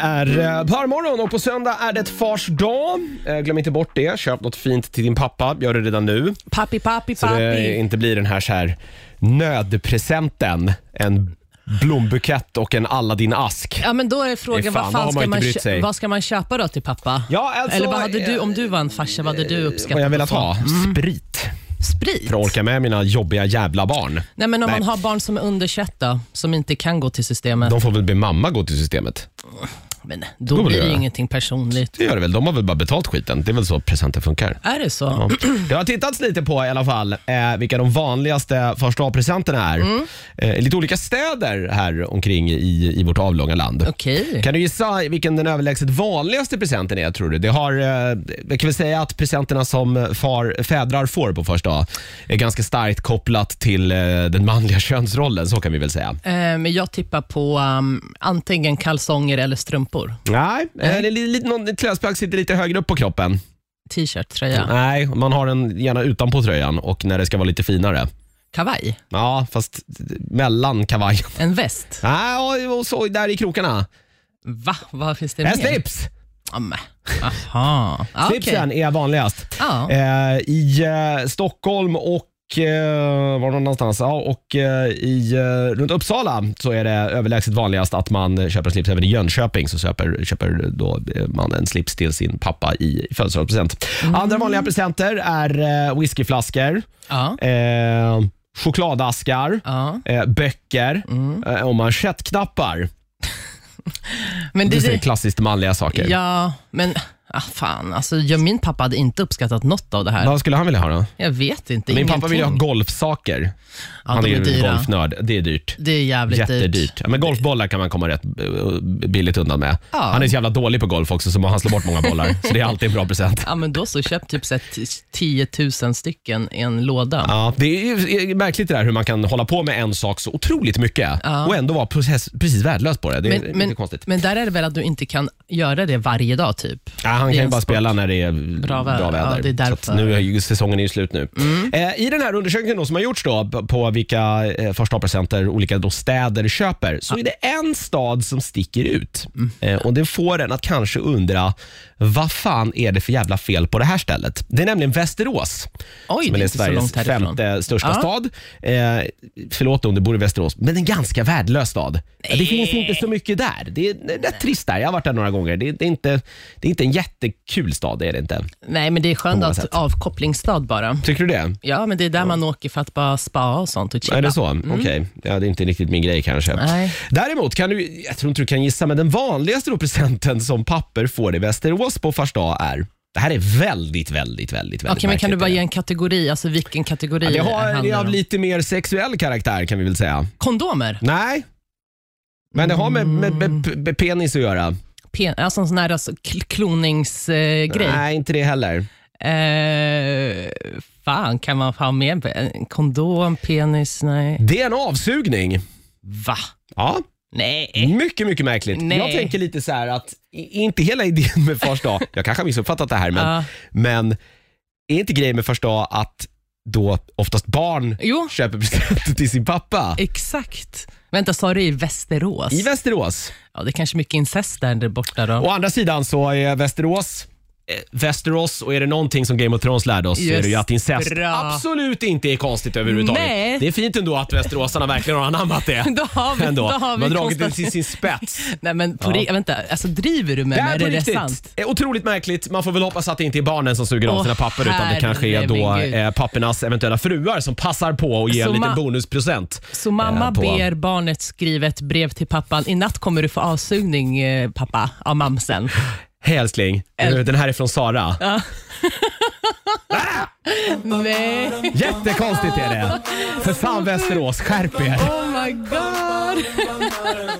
är förmorgon och på söndag är det fars dag. Glöm inte bort det. Köp något fint till din pappa. Gör det redan nu. Pappi. Så det inte blir den här nödpresenten. En blombukett och en Aladdin-ask. Ja, men då är frågan, vad ska man köpa då till pappa? Ja, alltså, eller vad hade du, om du var en farsa, vad hade du uppskattat? Vad jag velat ha? Sprit. För att orka med mina jobbiga jävla barn. Nej, men om man har barn som är under 21 då, som inte kan gå till systemet. De får väl be mamma gå till systemet. Men då blir det ju ingenting personligt. Det gör det väl, de har väl bara betalt skiten. Det är väl så presenter funkar. Är det så? Ja. Det har tittats lite på i alla fall vilka de vanligaste första presenterna är. Lite olika städer här omkring i vårt avlånga land. Okej. Kan du gissa vilken den överlägset vanligaste presenten är, tror du? Det har, jag kan väl säga att presenterna som fädrar får på första dag är ganska starkt kopplat till den manliga könsrollen, så kan vi väl säga. Men jag tippar på antingen kalsonger eller strumpor. Nej, någon klädesplagg sitter lite högre upp på kroppen. T-shirt, tröja. Nej, man har den gärna utanpå tröjan och när det ska vara lite finare. Kavaj? Ja, fast mellan kavajen. En väst? Nej, och så där i krokarna. Va? Vad finns det mer? En slips! Aha. Slipsen är vanligast. I Stockholm och var någonstans? Ja, och runt Uppsala så är det överlägset vanligast att man köper en slips. Även i Jönköping så köper då man en slips till sin pappa i födelsedagspresent. Andra vanliga presenter är whiskyflaskor, chokladaskar, böcker och manschettknappar. Men det är klassiskt manliga saker. Ja, men fan, alltså, min pappa hade inte uppskattat något av det här. Vad skulle han vilja ha då? Jag vet inte. Min pappa vill ju ha golfsaker. Han är ju en golfnörd. Det är dyrt. Det är jävligt jättedyrt. Ja, men golfbollar kan man komma rätt billigt undan med. Han är så jävla dålig på golf också, så han slår bort många bollar. Så det är alltid en bra present. Ja, men då så köp typ 10 000 stycken i en låda. Ja, det är märkligt det där hur man kan hålla på med en sak så otroligt mycket och ändå vara precis värdelös på det. Det är lite konstigt. Men där är det väl att du inte kan göra det varje dag typ? Ja, han kan ju bara spela när det är bra väder. Ja, det är därför. Så nu är säsongen ju slut nu. I den här undersökningen då, som har gjorts då, på vilka första presenter olika då städer köper, så är det en stad som sticker ut. Och det får en att kanske undra, vad fan är det för jävla fel på det här stället? Det är nämligen Västerås. Oj, som är Sveriges 5:e största stad. Förlåt om du bor i Västerås, men en ganska värdelös stad. Det finns inte så mycket där. Det är rätt trist där. Jag har varit där några gånger. Det är inte en jättekul stad, det är det inte. Nej, men det är skönt att avkopplingsstad bara. Tycker du det? Ja, men det är där man åker för att bara spa och sånt och chilla. Är det så? Okej. Ja, det är inte riktigt min grej kanske. Nej. Däremot jag tror inte du kan gissa, men den vanligaste då presenten som papper får i Västerås på första dag är... Det här är väldigt Okej, men kan du bara ge en kategori? Alltså vilken kategori? Det är av lite mer sexuell karaktär, kan vi väl säga. Kondomer? Nej. Men det har med penis att göra. Alltså en sån här kloningsgrej? Nej, inte det heller. Fan, kan man ha med kondom, penis? Nej. Det är en avsugning. Va? Ja. Nej. Mycket, mycket märkligt. Nej. Jag tänker lite så här att inte hela idén med första dag, jag kanske har missuppfattat det här, men är inte grejen med första dag att då oftast barn köper presenter till sin pappa? Exakt. Vänta, sa du i Västerås? I Västerås. Ja, det är kanske mycket incest där borta då. Å andra sidan så är Västerås, och är det någonting som Game of Thrones lärde oss, så är det ju att incest absolut inte är konstigt överhuvudtaget. Nej. Det är fint ändå att västeråsarna verkligen har anammat det. Då har vi man dragit det till sin spets. Nej, men vänta, alltså driver du med mig? Är det sant? Otroligt märkligt. Man får väl hoppas att det inte är barnen som suger av sina papper, utan det kanske är då pappernas eventuella fruar som passar på och ger en liten bonusprocent. Så mamma ber barnet skriva ett brev till pappan: i natt kommer du få avsugning, pappa, av mamsen. Hej älskling, den här är från Sara. Nej. Jättekonstigt är det. För fan Västerås, skärp er. Oh my god.